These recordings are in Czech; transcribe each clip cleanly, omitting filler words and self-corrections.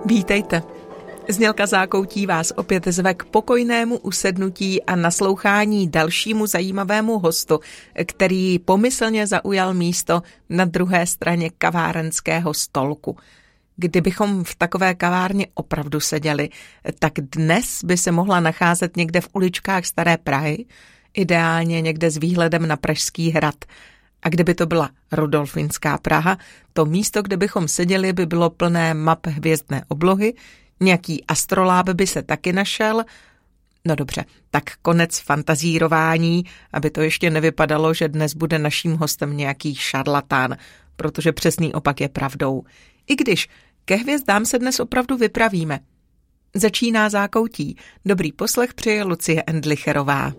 Vítejte. Znělka Zákoutí vás opět zve k pokojnému usednutí a naslouchání dalšímu zajímavému hostu, který pomyslně zaujal místo na druhé straně kavárenského stolku. Kdybychom v takové kavárně opravdu seděli, tak dnes by se mohla nacházet někde v uličkách Staré Prahy, ideálně někde s výhledem na Pražský hrad. A kdyby to byla Rudolfínská Praha, to místo, kde bychom seděli, by bylo plné map hvězdné oblohy, nějaký astroláb by se taky našel. No dobře, tak konec fantazírování, aby to ještě nevypadalo, že dnes bude naším hostem nějaký šarlatán, protože přesný opak je pravdou. I když ke hvězdám se dnes opravdu vypravíme. Začíná Zákoutí. Dobrý poslech přeje Lucie Endlicherová.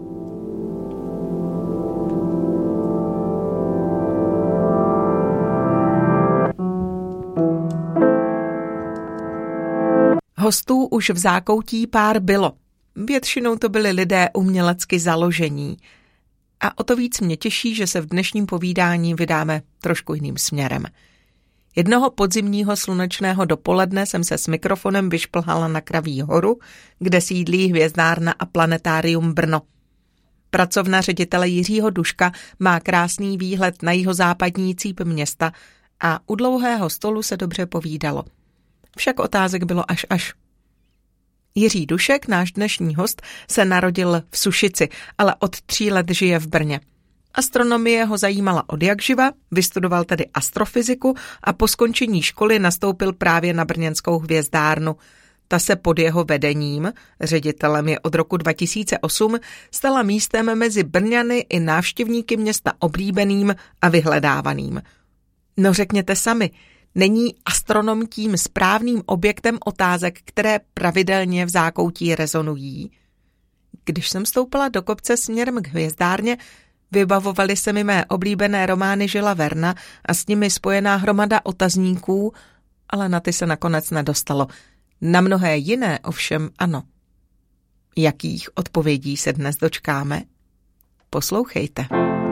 Hostů už v Zákoutí pár bylo. Většinou to byli lidé umělecky založení. A o to víc mě těší, že se v dnešním povídání vydáme trošku jiným směrem. Jednoho podzimního slunečného dopoledne jsem se s mikrofonem vyšplhala na Kraví horu, kde sídlí hvězdárna a planetárium Brno. Pracovna ředitele Jiřího Duška má krásný výhled na jihozápadní cíp města a u dlouhého stolu se dobře povídalo. Však otázek bylo až. Jiří Dušek, náš dnešní host, se narodil v Sušici, ale od 3 let žije v Brně. Astronomie ho zajímala odjakživa, vystudoval tedy astrofyziku a po skončení školy nastoupil právě na brněnskou hvězdárnu. Ta se pod jeho vedením, ředitelem je od roku 2008, stala místem mezi Brňany i návštěvníky města oblíbeným a vyhledávaným. No řekněte sami, není astronom tím správným objektem otázek, které pravidelně v Zákoutí rezonují? Když jsem stoupala do kopce směrem k hvězdárně, vybavovaly se mi mé oblíbené romány Žila Verna a s nimi spojená hromada otazníků, ale na ty se nakonec nedostalo. Na mnohé jiné ovšem ano. Jakých odpovědí se dnes dočkáme? Poslouchejte.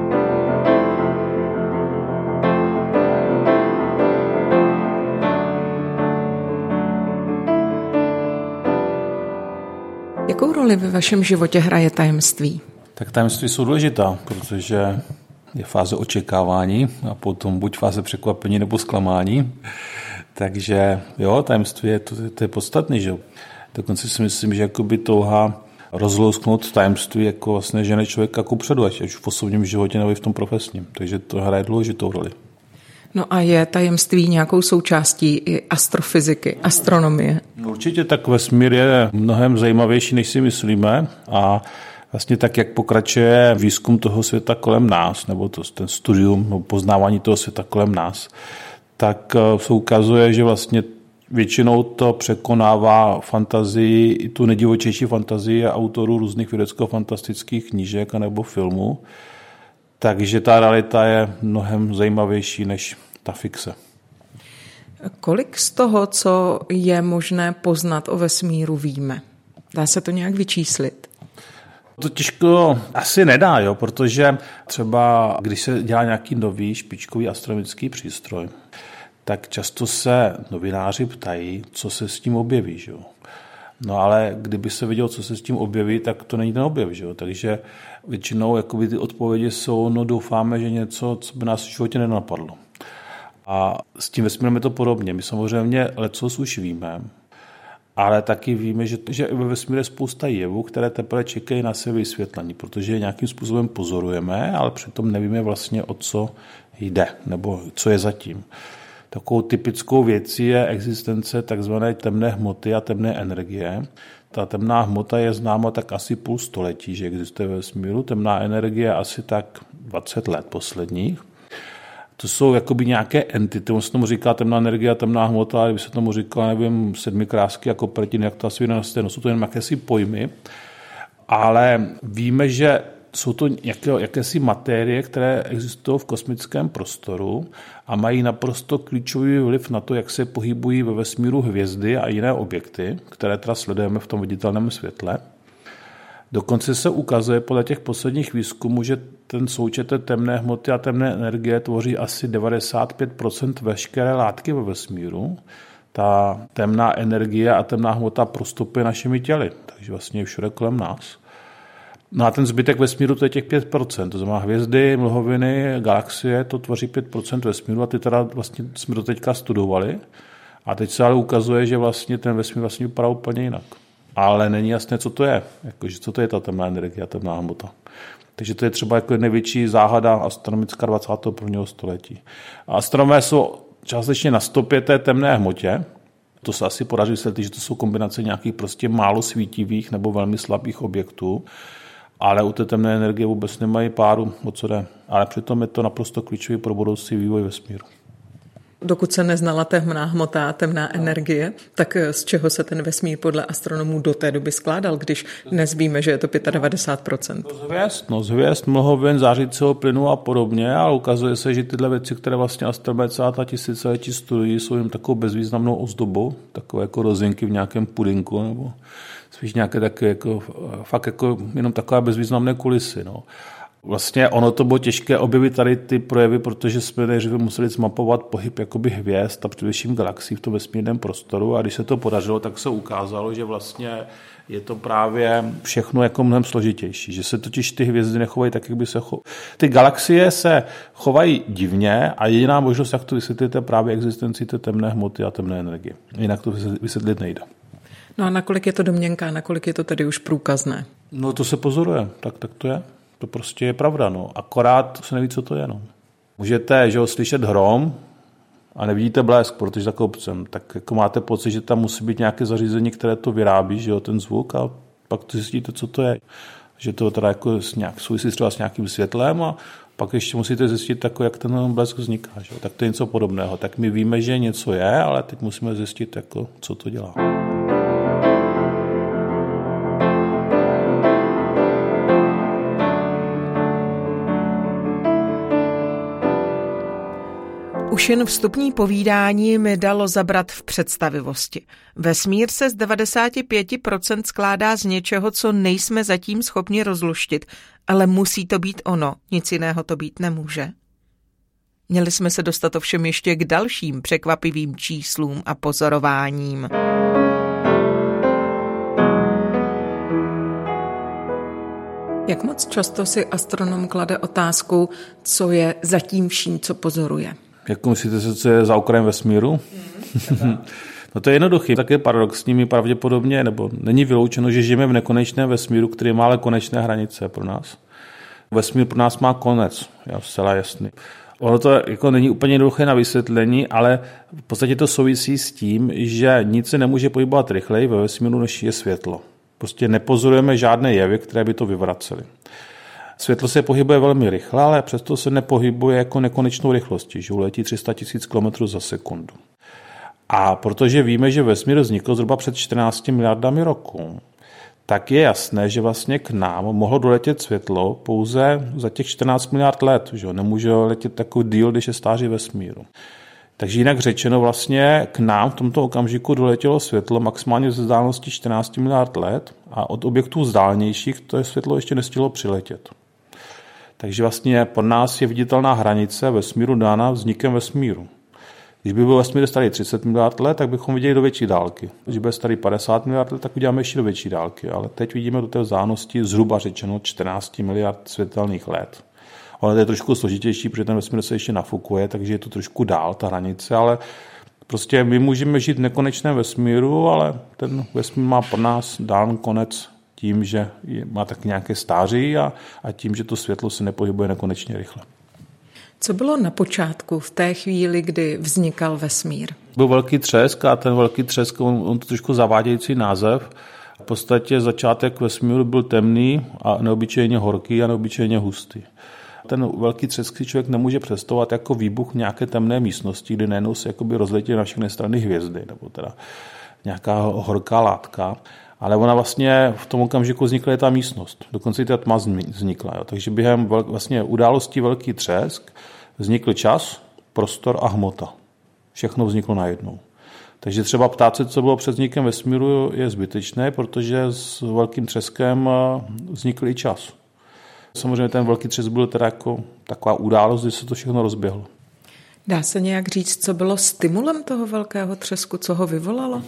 Jakou roli ve vašem životě hraje tajemství? Tak tajemství jsou důležitá, protože je fáze očekávání a potom buď fáze překvapení nebo zklamání. Takže jo, tajemství to je podstatný, že jo. Dokonce si myslím, že jakoby touha rozlousknout tajemství jako vlastně žene člověka kupředu, ať už v osobním životě nebo i v tom profesním. Takže to hraje důležitou roli. No a je tajemství nějakou součástí i astrofyziky, astronomie? Určitě tak vesmír je mnohem zajímavější, než si myslíme a vlastně tak, jak pokračuje výzkum toho světa kolem nás, nebo ten studium, nebo poznávání toho světa kolem nás, tak se ukazuje, že vlastně většinou to překonává fantazii, i tu nejdivočejší fantazii autorů různých vědecko-fantastických knížek nebo filmů. Takže ta realita je mnohem zajímavější než ta fikce. Kolik z toho, co je možné poznat o vesmíru, víme? Dá se to nějak vyčíslit? To těžko asi nedá, jo, protože třeba když se dělá nějaký nový špičkový astronomický přístroj, tak často se novináři ptají, co se s tím objeví. Že jo. No ale kdyby se vidělo, co se s tím objeví, tak to není ten objev. Že jo. Takže většinou jakoby ty odpovědi jsou, no doufáme, že něco, co by nás v životě nenapadlo. A s tím vesmírem je to podobně. My samozřejmě lecos už víme, ale taky víme, že ve vesmíru je spousta jevů, které teprve čekají na své vysvětlení, protože je nějakým způsobem pozorujeme, ale přitom nevíme vlastně, o co jde, nebo co je zatím. Takovou typickou věcí je existence takzvané temné hmoty a temné energie. Ta temná hmota je známa tak asi půl století, že existuje ve vesmíru. Temná energie asi tak 20 let posledních. To jsou jakoby nějaké entity, on se tomu říká temná energie a temná hmota, ale by se tomu říkala, nevím, 7 krásky a kopertiny, jak to asi na stejno. Jsou to jen jakési pojmy, ale víme, že jsou to jakési materie, které existují v kosmickém prostoru a mají naprosto klíčový vliv na to, jak se pohybují ve vesmíru hvězdy a jiné objekty, které teda sledujeme v tom viditelném světle. Dokonce se ukazuje podle těch posledních výzkumů, že ten součet té temné hmoty a temné energie tvoří asi 95% veškeré látky ve vesmíru, ta temná energie a temná hmota prostupuje našimi těly, takže vlastně je všude kolem nás. No a ten zbytek vesmíru to je těch 5%, to znamená hvězdy, mlhoviny, galaxie, to tvoří 5% vesmíru a ty teda vlastně jsme do teďka studovali a teď se ale ukazuje, že vlastně ten vesmír vlastně vypadá úplně jinak. Ale není jasné, co to je, jakože co to je ta temná energie a temná hmota. Takže to je třeba jako největší záhada astronomická 21. století. A astronomové jsou částečně na stopě té temné hmotě. To se asi podaří vysvětlit, že to jsou kombinace nějakých prostě málo svítivých nebo velmi slabých objektů. Ale u té temné energie vůbec nemají páru, o co jde. Ale přitom je to naprosto klíčový pro budoucí vývoj vesmíru. Dokud se neznala temná hmota a temná energie, tak z čeho se ten vesmír podle astronomů do té doby skládal, když dnes víme, že je to 95%? Z hvězd, mlhovin, zářícího plynu a podobně, ale ukazuje se, že tyhle věci, které vlastně astronomové celá ta tisíciletí studují, jsou jen takovou bezvýznamnou ozdobou, takové jako rozinky v nějakém pudinku, nebo spíš nějaké také jako, fakt jako jenom takové bezvýznamné kulisy. No. Vlastně ono to bylo těžké objevit tady ty projevy, protože jsme nejdříve museli zmapovat pohyb jakoby hvězd a především galaxií v tom vesmírném prostoru a když se to podařilo, tak se ukázalo, že vlastně je to právě všechno jako mnohem složitější, že se totiž ty hvězdy nechovají tak, jak by se chovaly. Ty galaxie se chovají divně a jediná možnost, jak to vysvětlit, je právě existenci té temné hmoty a temné energie. Jinak to vysvětlit nejde. No a nakolik je to domněnka, nakolik je to tedy už průkazné? No to se pozoruje, tak to je. To prostě je pravda, no. Akorát se neví, co to je, no. Můžete, že ho, slyšet hrom a nevidíte blesk, protože za kopcem, tak jako máte pocit, že tam musí být nějaké zařízení, které to vyrábí, že jo, ten zvuk a pak to zjistíte, co to je. Že to teda jako souvisí třeba s nějakým světlem a pak ještě musíte zjistit, jako, jak ten blesk vzniká, že jo. Tak to je něco podobného. Tak my víme, že něco je, ale teď musíme zjistit, jako, co to dělá. Už jen vstupní povídání mi dalo zabrat v představivosti. Vesmír se z 95% skládá z něčeho, co nejsme zatím schopni rozluštit, ale musí to být ono, nic jiného to být nemůže. Měli jsme se dostat ovšem ještě k dalším překvapivým číslům a pozorováním. Jak moc často si astronom klade otázku, co je za tím vším, co pozoruje? Jak myslíte, co je za okrajem vesmíru? No to je jednoduchý, také paradoxní, my pravděpodobně, nebo není vyloučeno, že žijeme v nekonečném vesmíru, který má ale konečné hranice pro nás. Vesmír pro nás má konec, je zcela jasný. Ono to jako není úplně jednoduché na vysvětlení, ale v podstatě to souvisí s tím, že nic se nemůže pohybovat rychleji ve vesmíru, než je světlo. Prostě nepozorujeme žádné jevy, které by to vyvracely. Světlo se pohybuje velmi rychle, ale přesto se nepohybuje jako nekonečnou rychlostí, že letí 300 000 km za sekundu. A protože víme, že vesmír vznikl zhruba před 14 miliardami roků, tak je jasné, že vlastně k nám mohlo doletět světlo pouze za těch 14 miliard let. Že? Nemůže letět takový díl, když je stáří vesmíru. Takže jinak řečeno vlastně k nám v tomto okamžiku doletělo světlo maximálně ze vzdálenosti 14 miliard let a od objektů vzdálenějších to světlo ještě nestihlo přiletět. Takže vlastně pro nás je viditelná hranice vesmíru dána vznikem vesmíru. Když by byl vesmír starý 30 miliard let, tak bychom viděli do větší dálky. Když by byl starý 50 miliard let, tak uděláme ještě do větší dálky. Ale teď vidíme do té vzdálenosti zhruba řečeno 14 miliard světelných let. Ono to je trošku složitější, protože ten vesmír se ještě nafukuje, takže je to trošku dál, ta hranice, ale prostě my můžeme žít v nekonečném vesmíru, ale ten vesmír má pro nás dán konec tím, že má tak nějaké stáří a tím, že to světlo se nepohybuje nekonečně rychle. Co bylo na počátku, v té chvíli, kdy vznikal vesmír? Byl velký třesk a ten velký třesk, on to trošku zavádějící název. V podstatě začátek vesmíru byl temný a neobyčejně horký a neobyčejně hustý. Ten velký třesk si člověk nemůže představovat jako výbuch nějaké temné místnosti, kdy najednou se jakoby rozletěly na všechny strany hvězdy, nebo teda nějaká horká látka. Ale ona vlastně v tom okamžiku vznikla ta místnost. Dokonce i ta tma vznikla. Jo. Takže během vlastně událostí velký třesk vznikl čas, prostor a hmota. Všechno vzniklo najednou. Takže třeba ptát se, co bylo před vznikem vesmíru, je zbytečné, protože s velkým třeskem vznikl i čas. Samozřejmě ten velký třesk byl teda jako taková událost, kdy se to všechno rozběhlo. Dá se nějak říct, co bylo stimulem toho velkého třesku, co ho vyvolalo?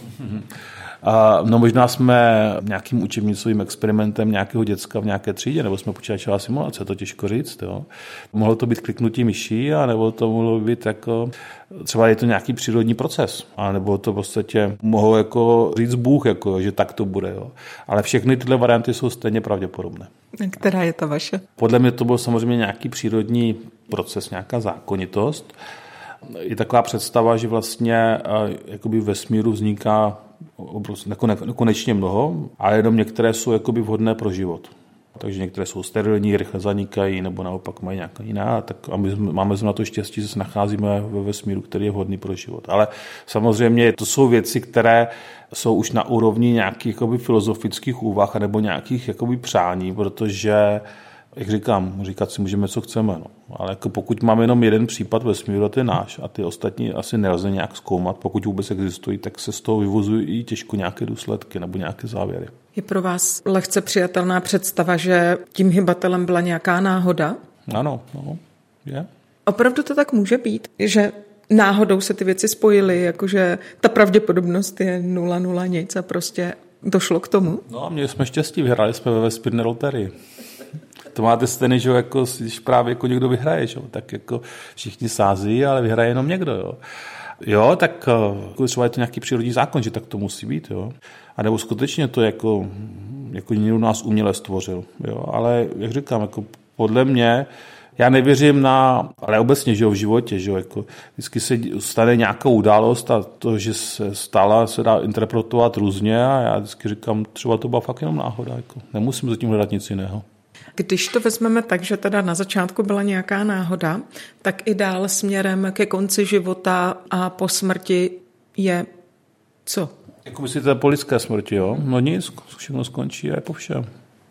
No možná jsme nějakým učebnicovým experimentem nějakého děcka v nějaké třídě, nebo jsme počítačová simulace, to těžko říct. Jo. Mohlo to být kliknutí myší, a nebo to mohlo být jako, třeba je to nějaký přírodní proces, a nebo to v podstatě mohlo jako říct Bůh, jako, že tak to bude. Jo. Ale všechny tyhle varianty jsou stejně pravděpodobné. Která je ta vaše? Podle mě to byl samozřejmě nějaký přírodní proces, nějaká zákonitost. Je taková představa, že vlastně jakoby v vesmíru vzniká nekonečně mnoho, ale jenom některé jsou jakoby vhodné pro život. Takže některé jsou sterilní, rychle zanikají, nebo naopak mají nějaká jiná. Tak a my máme na to štěstí, že se nacházíme ve vesmíru, který je vhodný pro život. Ale samozřejmě to jsou věci, které jsou už na úrovni nějakých jakoby filozofických úvah nebo nějakých jakoby přání, protože jak říkat si můžeme, co chceme. No. Ale jako pokud máme jenom jeden případ vesmíru, to je náš, a ty ostatní asi nelze nějak zkoumat. Pokud vůbec existují, tak se z toho vyvozují i těžko nějaké důsledky nebo nějaké závěry. Je pro vás lehce přijatelná představa, že tím hybatelem byla nějaká náhoda? Ano, je. Opravdu to tak může být, že náhodou se ty věci spojily, jakože ta pravděpodobnost je 0,0 nic a prostě došlo k tomu? No a měli jsme štěstí, vyhráli jsme ve vesmírné loterii. To máte stejný, že jako, když právě jako někdo vyhraje, že? Tak jako všichni sází, ale vyhraje jenom někdo. Jo, jo tak třeba je to nějaký přírodní zákon, že tak to musí být. Jo? A nebo skutečně to jako někdo nás uměle stvořil. Jo? Ale jak říkám, jako podle mě, já nevěřím ale obecně, že v životě, že jako vždycky se stane nějaká událost a to, že se stala, se dá interpretovat různě a já vždycky říkám, třeba to byla fakt jenom náhoda. Jako. Nemusím zatím hledat nic jiného. Když to vezmeme tak, že teda na začátku byla nějaká náhoda, tak i dál směrem ke konci života a po smrti je co? Jako myslíte po lidské smrti, jo? No nic, všechno skončí a je po všem.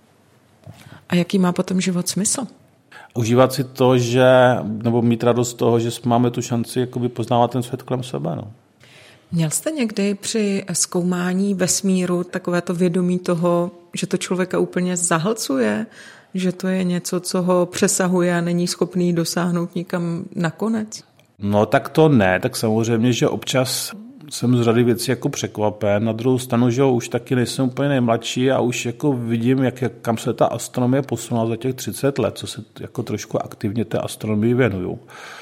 A jaký má potom život smysl? Užívat si to, nebo mít radost z toho, že máme tu šanci jakoby poznávat ten svět kolem sebe, no. Měl jste někdy při zkoumání vesmíru takovéto vědomí toho, že to člověka úplně zahlcuje, že to je něco, co ho přesahuje a není schopný dosáhnout nikam nakonec? No tak to ne, tak samozřejmě, že občas jsem z řady věcí jako překvapen. Na druhou stranu, že už taky nejsem úplně nejmladší a už jako vidím, kam se ta astronomie posunula za těch 30 let, co se jako trošku aktivně té astronomii věnují.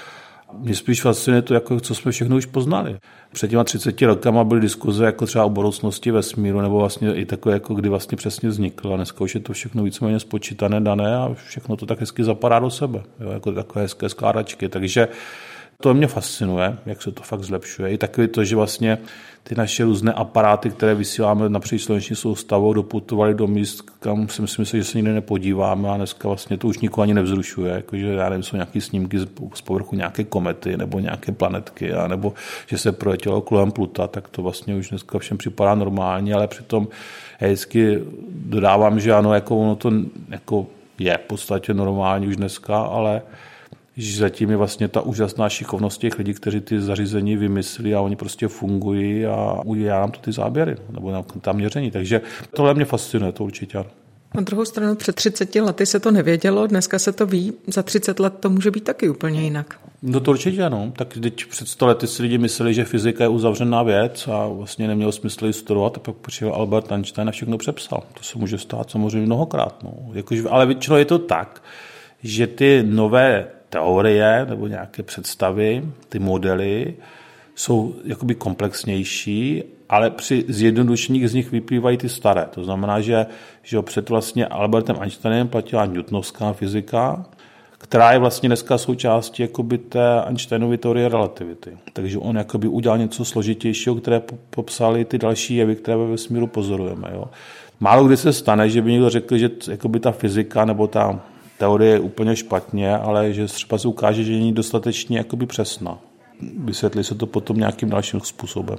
Mě spíš fascinuje to, jako, co jsme všechno už poznali. Před těma 30 rokama byly diskuze jako třeba o budoucnosti vesmíru, nebo vlastně i takové, jako kdy vlastně přesně vzniklo. A dneska už je to všechno víceméně spočítané, dané a všechno to tak hezky zapadá do sebe. Jo, jako takové hezké skládačky. Takže to mě fascinuje, jak se to fakt zlepšuje. I takový to, že vlastně ty naše různé aparáty, které vysíláme napříč sluneční soustavou, doputovaly do míst, kam si myslím, že se nikdy nepodíváme a dneska vlastně to už nikoho ani nevzrušuje. Jakože, já nevím, jsou nějaké snímky z povrchu nějaké komety nebo nějaké planetky, nebo že se proletělo kolem Pluta, tak to vlastně už dneska všem připadá normálně, ale přitom já vždycky dodávám, že ano, jako ono to jako je v podstatě normální už dneska, ale že zatím je vlastně ta úžasná šikovnost těch lidí, kteří ty zařízení vymyslí a oni prostě fungují a udělá nám to ty záběry nebo nám tam měření. Takže tohle mě fascinuje, to určitě ano. Na druhou stranu před 30 lety se to nevědělo, dneska se to ví, za 30 let to může být taky úplně jinak. No to určitě ano. Tak teď před 100 lety si lidi mysleli, že fyzika je uzavřená věc a vlastně nemělo smysl ji studovat a pak přišel Albert Einstein a všechno přepsal. To se může stát samozřejmě mnohokrát. No. Ale většinou je to tak, že ty nové teorie nebo nějaké představy, ty modely jsou jakoby komplexnější, ale při zjednodušení z nich vyplývají ty staré. To znamená, že před vlastně Albertem Einsteinem platila newtonovská fyzika, která je vlastně dneska součástí jakoby té Einsteinovy teorie relativity. Takže on jakoby udělal něco složitějšího, které popsali ty další jevy, které ve vesmíru pozorujeme. Jo. Málo kdy se stane, že by někdo řekl, že jakoby ta fyzika nebo ta teorie je úplně špatně, ale že třeba se ukáže, že není dostatečně jakoby přesná. Vysvětlí se to potom nějakým dalším způsobem.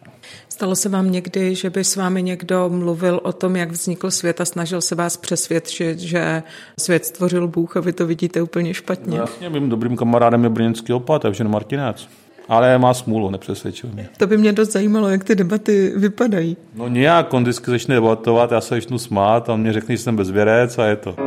Stalo se vám někdy, že by s vámi někdo mluvil o tom, jak vznikl svět a snažil se vás přesvědčit, že svět stvořil Bůh a vy to vidíte úplně špatně? No jasně, mým dobrým kamarádem je brněnský opat, Evžen Martinec. Ale má smůlu, nepřesvědčil mě. To by mě dost zajímalo, jak ty debaty vypadají. No nějak, on vždycky začne debatovat, já se začnu smát a on mě řekne, že jsem bezvěrec a je to.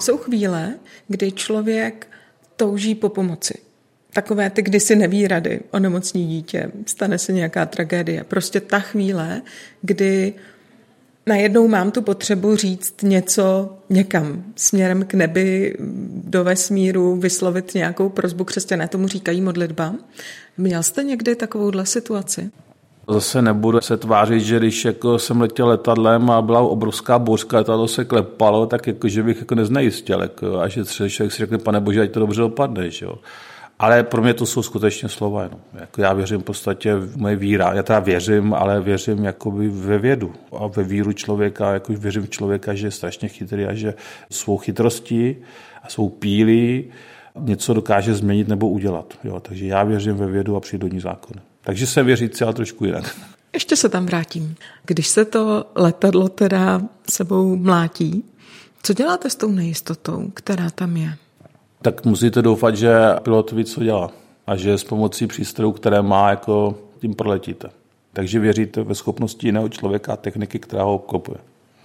Jsou chvíle, kdy člověk touží po pomoci. Takové ty, kdy si neví rady, onemocní dítě, stane se nějaká tragédie. Prostě ta chvíle, kdy najednou mám tu potřebu říct něco někam, směrem k nebi, do vesmíru, vyslovit nějakou prosbu. Křesťané tomu říkají modlitba. Měl jste někdy takovouhle situaci? Zase nebudu se tvářit, že když jako jsem letěl letadlem a byla obrovská bouřka, letadlo se klepalo, tak jako, že bych jako neznejistil. Jako, a že člověk si řekne, pane bože, ať to dobře dopadne. Že jo. Ale pro mě to jsou skutečně slova. No. Jako já věřím v podstatě v moje víra. Já teda věřím, ale věřím jakoby ve vědu a ve víru člověka. Jako věřím v člověka, že je strašně chytrý a že svou chytrostí a svou pílí něco dokáže změnit nebo udělat. Jo. Takže já věřím ve vědu a přírodní zákony. Takže jsem věřící, ale trošku jinak. Ještě se tam vrátím. Když se to letadlo teda sebou mlátí, co děláte s tou nejistotou, která tam je? Tak musíte doufat, že pilot ví, co dělá a že s pomocí přístrojů, které má, jako tím proletíte. Takže věříte ve schopnosti jiného člověka a techniky, která ho obklopuje.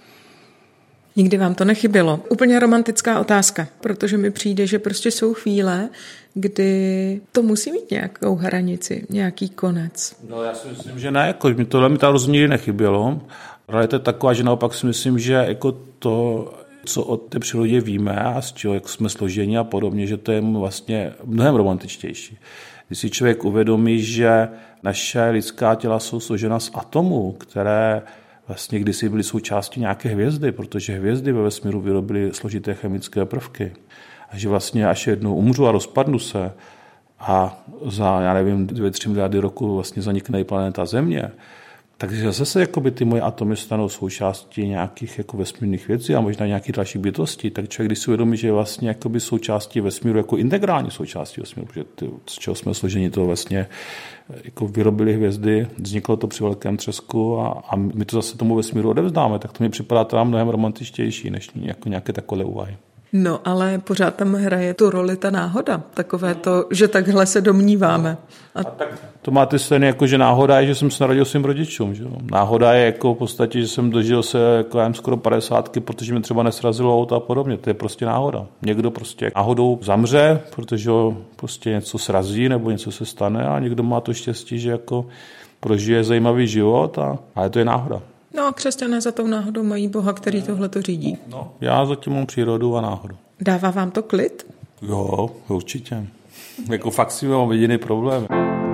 Nikdy vám to nechybělo. Úplně romantická otázka, protože mi přijde, že prostě jsou chvíle, kdy to musí mít nějakou hranici, nějaký konec. No já si myslím, že ne, jako tohle mi tam rozhodně nechybělo. Realita je taková, že naopak si myslím, že jako to, co o té přírodě víme a z čeho jak jsme složeni a podobně, že to je vlastně mnohem romantičtější. Když si člověk uvědomí, že naše lidská těla jsou složena z atomů, které vlastně kdysi byly součástí nějaké hvězdy, protože hvězdy ve vesmíru vyrobily složité chemické prvky. A že vlastně až jednou umřu a rozpadnu se a za, já nevím, 2-3 miliardy roku vlastně zanikne i planeta Země, takže zase jakoby ty moje atomy stanou součástí nějakých jako vesmírných věcí a možná nějakých dalších bytostí. Tak člověk, když si uvědomí, že je vlastně jakoby součástí vesmíru, jako integrální součástí vesmíru, protože z čeho jsme složeni, to vlastně jako vyrobili hvězdy, vzniklo to při velkém třesku a my to zase tomu vesmíru odevzdáme, tak to mi připadá teda mnohem romantičtější než jako nějaké takové úvahy. No, ale pořád tam hraje tu roli ta náhoda. Takové to, že takhle se domníváme. A tak to máte stejné, jako že náhoda je, že jsem se narodil svým rodičům. Že? Náhoda je jako v podstatě, že jsem dožil se jako skoro 50, protože mě třeba nesrazilo auto a podobně. To je prostě náhoda. Někdo prostě náhodou zamře, protože prostě něco srazí nebo něco se stane a někdo má to štěstí, že jako prožije zajímavý život, ale to je náhoda. No a křesťané za tou náhodou mají Boha, který tohle to řídí. No, já zatím mám přírodu a náhodu. Dává vám to klid? Jo, určitě. Jako fakt si mám jediný problém.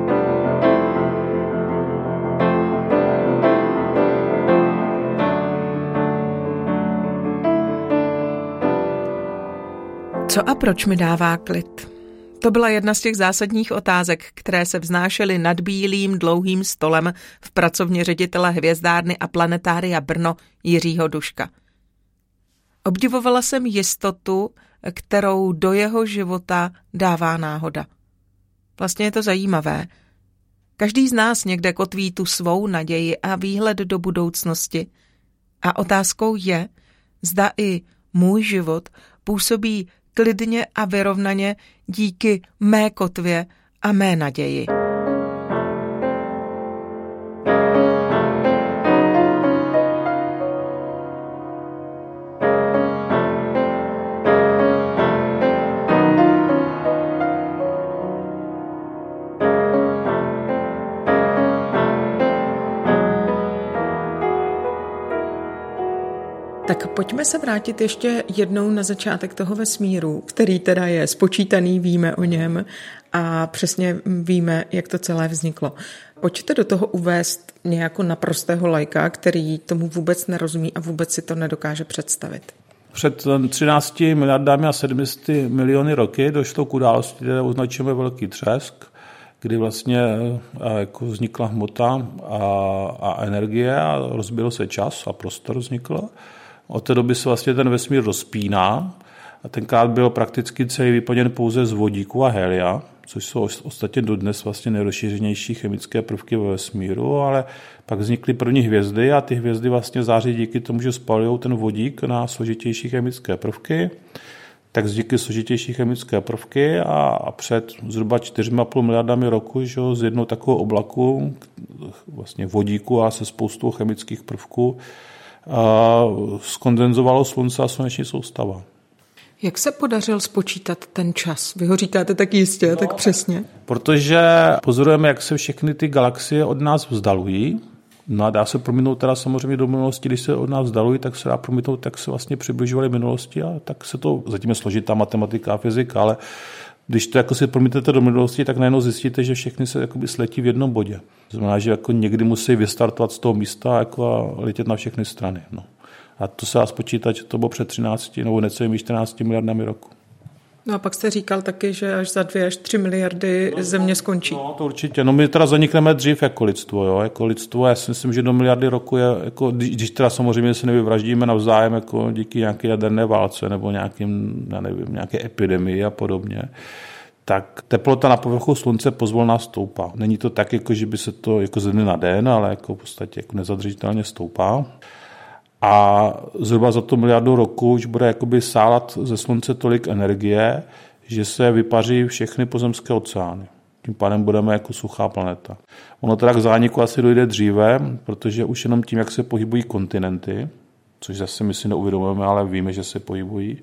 Co a proč mi dává klid? To byla jedna z těch zásadních otázek, které se vznášely nad bílým dlouhým stolem v pracovně ředitele hvězdárny a planetária Brno Jiřího Duška. Obdivovala jsem jistotu, kterou do jeho života dává náhoda. Vlastně je to zajímavé. Každý z nás někde kotví tu svou naději a výhled do budoucnosti. A otázkou je, zda i můj život působí klidně a vyrovnaně díky mé kotvě a mé naději. Tak pojďme se vrátit ještě jednou na začátek toho vesmíru, který teda je spočítaný, víme o něm a přesně víme, jak to celé vzniklo. Pojďte do toho uvést nějakou naprostého laika, který tomu vůbec nerozumí a vůbec si to nedokáže představit. Před 13 miliardami a 700 miliony roky došlo k události, které označujeme velký třesk, kdy vlastně jako vznikla hmota a energie a rozbil se čas a prostor vzniklo. Od té doby se vlastně ten vesmír rozpíná a tenkrát byl prakticky celý vyplněn pouze z vodíku a helia, což jsou ostatně dodnes vlastně nejrozšířenější chemické prvky ve vesmíru, ale pak vznikly první hvězdy a ty hvězdy vlastně září díky tomu, že spalují ten vodík na složitější chemické prvky. Tak vznikly složitější chemické prvky a před zhruba 4,5 miliardami roku, že z jednoho takového oblaku vlastně vodíku a se spoustou chemických prvků skondenzovalo slunce a sluneční soustava. Jak se podařil spočítat ten čas? Vy ho říkáte tak jistě, tak přesně. Protože pozorujeme, jak se všechny ty galaxie od nás vzdalují. No a dá se promítnout teda samozřejmě do minulosti, když se od nás vzdalují, tak se dá promítnout, jak se vlastně přibližovaly minulosti a tak se to, zatím je složitá matematika a fyzika, ale když to jako si promítnete do minulosti, tak najednou zjistíte, že všechny se jakoby sletí v jednom bodě. To znamená, že jako někdy musí vystartovat z toho místa jako a letět na všechny strany. No. A to se dá spočítat, že to bylo před 13 nebo necelými 14 miliardami roku. No a pak jste říkal taky, že až za 2 až 3 miliardy Země skončí. No, to určitě. No my teda zanikneme dřív jako lidstvo. Jo? Jako lidstvo, já si myslím, že do miliardy roku je, jako, když teda samozřejmě se nevyvraždíme navzájem jako díky nějaké jaderné válce nebo nějaké epidemii a podobně, tak teplota na povrchu slunce pozvolna stoupá. Není to tak, jako, že by se to jako ze dne na den, ale jako v podstatě jako nezadržitelně stoupá. A zhruba za tu miliardu roku už bude jakoby sálat ze slunce tolik energie, že se vypaří všechny pozemské oceány. Tím pádem budeme jako suchá planeta. Ono teda k zániku asi dojde dříve, protože už jenom tím, jak se pohybují kontinenty, což zase my si neuvědomujeme, ale víme, že se pohybují,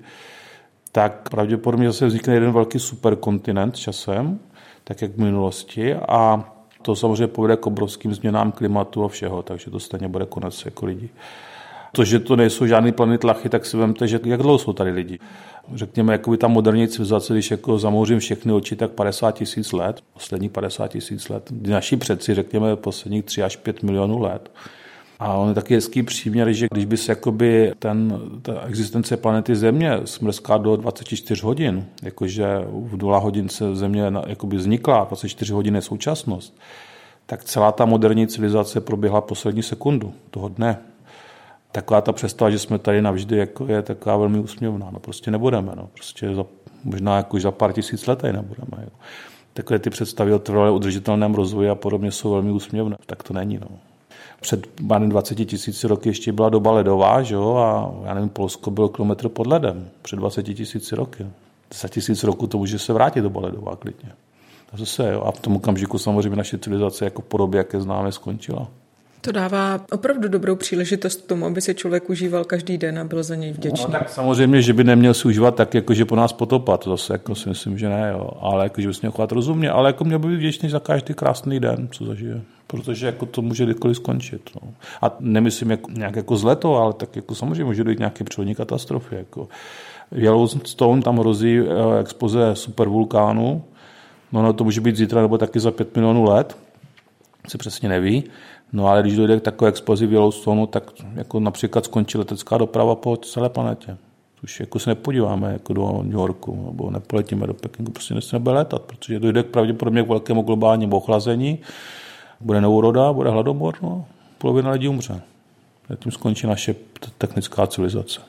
tak pravděpodobně zase vznikne jeden velký superkontinent časem, tak jak v minulosti, a to samozřejmě povede k obrovským změnám klimatu a všeho, takže to stejně bude konec jako lidí. To, že to nejsou žádný planetlachy, tak si vemte, že jak dlouho jsou tady lidi. Řekněme, jakoby ta moderní civilizace, když jako zamouřím všechny oči, tak 50 000 let, posledních 50 000 let. Naši předci, řekněme, posledních 3 až 5 milionů let. A on je taky hezký příměr, že když by se jakoby ta existence planety Země smrská do 24 hodin, jakože v 0 hodin se Země jakoby vznikla, 24 hodin je současnost, tak celá ta moderní civilizace proběhla poslední sekundu toho dne. Taková ta představa, že jsme tady navždy, jako je taková velmi úsměvná. No prostě nebudeme. No. Prostě možná jako za pár tisíc let tady nebudeme. Jo. Takové ty představy o trvalé udržitelném rozvoji a podobně jsou velmi úsměvné. Tak to není. No. Před 20 000 roky ještě byla doba ledová, že jo? A já nevím, Polsko bylo kilometr pod ledem. Před 20 000 roky. 10 000 roků to může se vrátit doba ledová klidně. A zase, jo. A v tom okamžiku samozřejmě naše civilizace jako v podobě, jaké známe, skončila. To dává opravdu dobrou příležitost k tomu, aby si člověk užíval každý den a byl za něj vděčný. No, tak samozřejmě, že by neměl si užívat tak, jako že po nás potopat, to zase jako si myslím, že ne, jo. Ale jako, že by se měl chovat rozumně, ale jako měl by být vděčný za každý krásný den, co zažije, protože jako to může kdykoliv skončit. No. A nemyslím jako, nějak jako zleto, ale tak jako samozřejmě může dojít nějaké přírodní katastrofy. Jako. Yellowstone, tam hrozí expoze supervulkánu, no to může být zítra nebo taky za 5 milionů let, se přesně neví. No ale když dojde k takové explozi v Yellowstoneu, tak jako například skončí letecká doprava po celé planetě. Už jako se nepodíváme jako do New Yorku, nebo nepoletíme do Pekingu, prostě nebude letat, protože dojde pravděpodobně k velkému globálnímu ochlazení, bude neúroda, bude hladomor, no, polovina lidí umře. A tím skončí naše technická civilizace.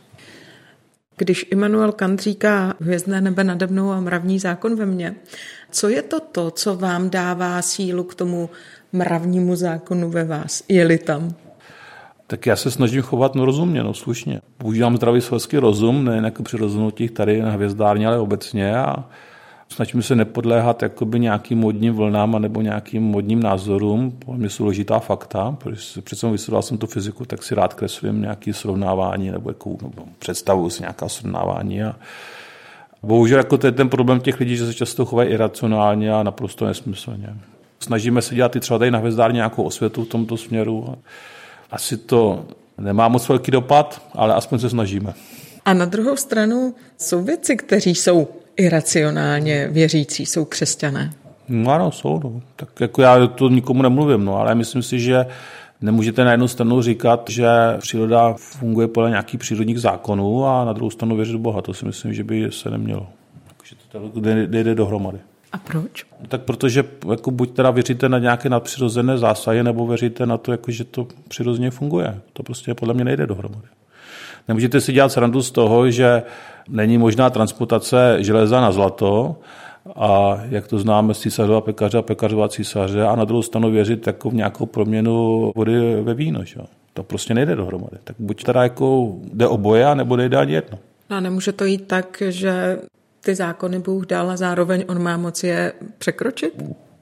Když Immanuel Kant říká hvězdné nebe nade mnou a mravní zákon ve mně, co je to, co vám dává sílu k tomu mravnímu zákonu ve vás? Je-li tam? Tak já se snažím chovat rozumně, slušně. Používám zdravý selský rozum, nejen jako při rozhodnutích tady na hvězdárně, ale obecně, a snažím se nepodléhat jakoby nějakým modním vlnám nebo nějakým modním názorům. Pro mě jsou důležitá fakta, protože přece vystudoval jsem tu fyziku, tak si rád kreslím nějaké srovnávání nebo představuji si nějaká srovnávání. A bohužel jako to je ten problém těch lidí, že se často chovají iracionálně a naprosto nesmyslně. Snažíme se dělat i třeba tady na hvězdárně nějakou osvětu v tomto směru. Asi to nemá moc velký dopad, ale aspoň se snažíme. A na druhou stranu jsou věci, kteří jsou iracionálně věřící, jsou křesťané. No ano, jsou. No. Tak jako já to nikomu nemluvím, ale myslím si, že nemůžete na jednu stranu říkat, že příroda funguje podle nějakých přírodních zákonů a na druhou stranu věřit v Boha. To si myslím, že by se nemělo. Takže to jde dohromady. A proč? Tak protože jako buď teda věříte na nějaké nadpřirozené zásahy, nebo věříte na to, jako, že to přirozeně funguje. To prostě podle mě nejde dohromady. Nemůžete si dělat srandu z toho, že není možná transputace železa na zlato, a jak to známe z císařova pekaře a pekařova císaře, a na druhou stranu věřit jako v nějakou proměnu vody ve víno. Že? To prostě nejde dohromady. Tak buď teda jako jde oboje, nebo nejde ani jedno. A nemůže to jít tak, že ty zákony Bůh dal a zároveň on má moc je překročit?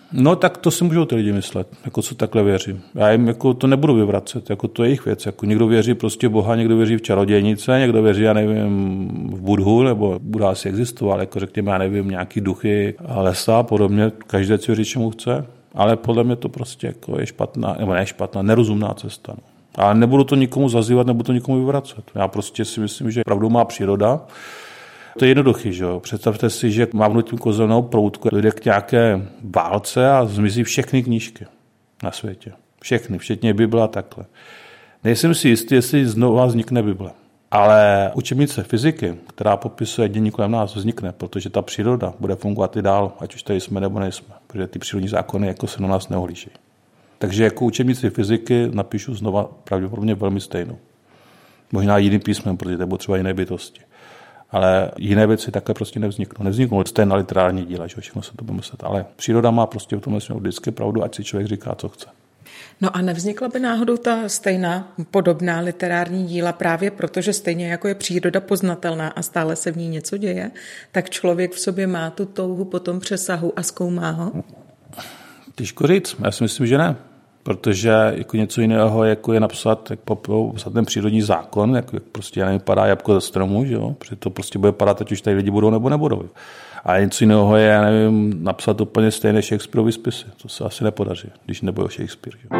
No tak to si můžou ty lidi myslet, jako co takhle věří. Já jim jako to nebudu vyvracet, jako to je jejich věc. Jako někdo věří prostě v Boha, někdo věří v čarodějnice, někdo věří, já nevím, v Budhu, nebo Buddha asi existoval, jako řekněme, já nevím, nějaký duchy lesa a podobně. Každý si věří, čemu chce, ale podle mě to prostě jako je špatná, nebo ne špatná, nerozumná cesta. No. A nebudu to nikomu zazývat, nebudu to nikomu vyvracet. Já prostě si myslím, že pravdu má příroda. To je jednoduchý, že jo. Představte si, že mávnutím kouzelného proutku dojde k nějaké válce a zmizí všechny knížky na světě. Všechny, včetně Bible a takhle. Nejsem si jistý, jestli znovu vznikne Bible. Ale učebnice fyziky, která popisuje dění kolem nás, vznikne, protože ta příroda bude fungovat i dál, ať už tady jsme nebo nejsme, protože ty přírodní zákony jako se na nás neohlíží. Takže jako učebnici fyziky napíšu znova pravděpodobně velmi stejnou. Možná jiným písmem, protože to budou třeba jiné bytosti. Ale jiné věci takhle prostě nevzniknou. Nevzniknou stejná literární díla, že všechno se to bude myslet. Ale příroda má prostě v tomhle směru vždycky pravdu, ať si člověk říká, co chce. No a nevznikla by náhodou ta stejná podobná literární díla právě proto, že stejně jako je příroda poznatelná a stále se v ní něco děje, tak člověk v sobě má tu touhu po tom přesahu a zkoumá ho? Těžko říct, já si myslím, že ne. Protože jako něco jiného jako je napsat ten přírodní zákon, jak prostě nevím, padá jabko ze stromu, že jo? Protože to prostě bude padat, ať už tady lidi budou nebo nebudou. A něco jiného je, já nevím, napsat úplně stejné Shakespeareovy spisy. To se asi nepodaří, když nebude Shakespeare. Že?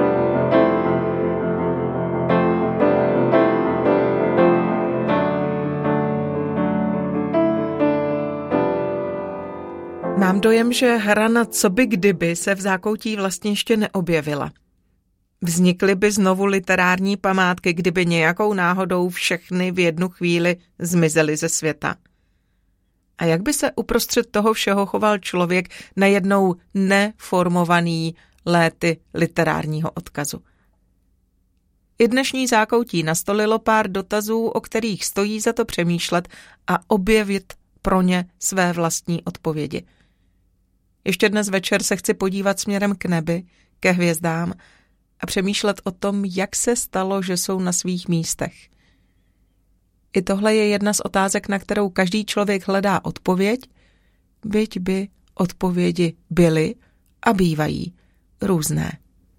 Mám dojem, že hra na co by kdyby se v zákoutí vlastně ještě neobjevila. Vznikly by znovu literární památky, kdyby nějakou náhodou všechny v jednu chvíli zmizely ze světa. A jak by se uprostřed toho všeho choval člověk najednou neformovaný léty literárního odkazu? I dnešní zákoutí nastolilo pár dotazů, o kterých stojí za to přemýšlet a objevit pro ně své vlastní odpovědi. Ještě dnes večer se chci podívat směrem k nebi, ke hvězdám a přemýšlet o tom, jak se stalo, že jsou na svých místech. I tohle je jedna z otázek, na kterou každý člověk hledá odpověď, byť by odpovědi byly a bývají různé.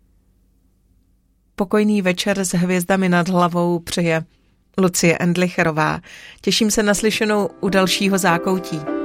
Pokojný večer s hvězdami nad hlavou přeje Lucie Endlicherová. Těším se na slyšenou u dalšího zákoutí.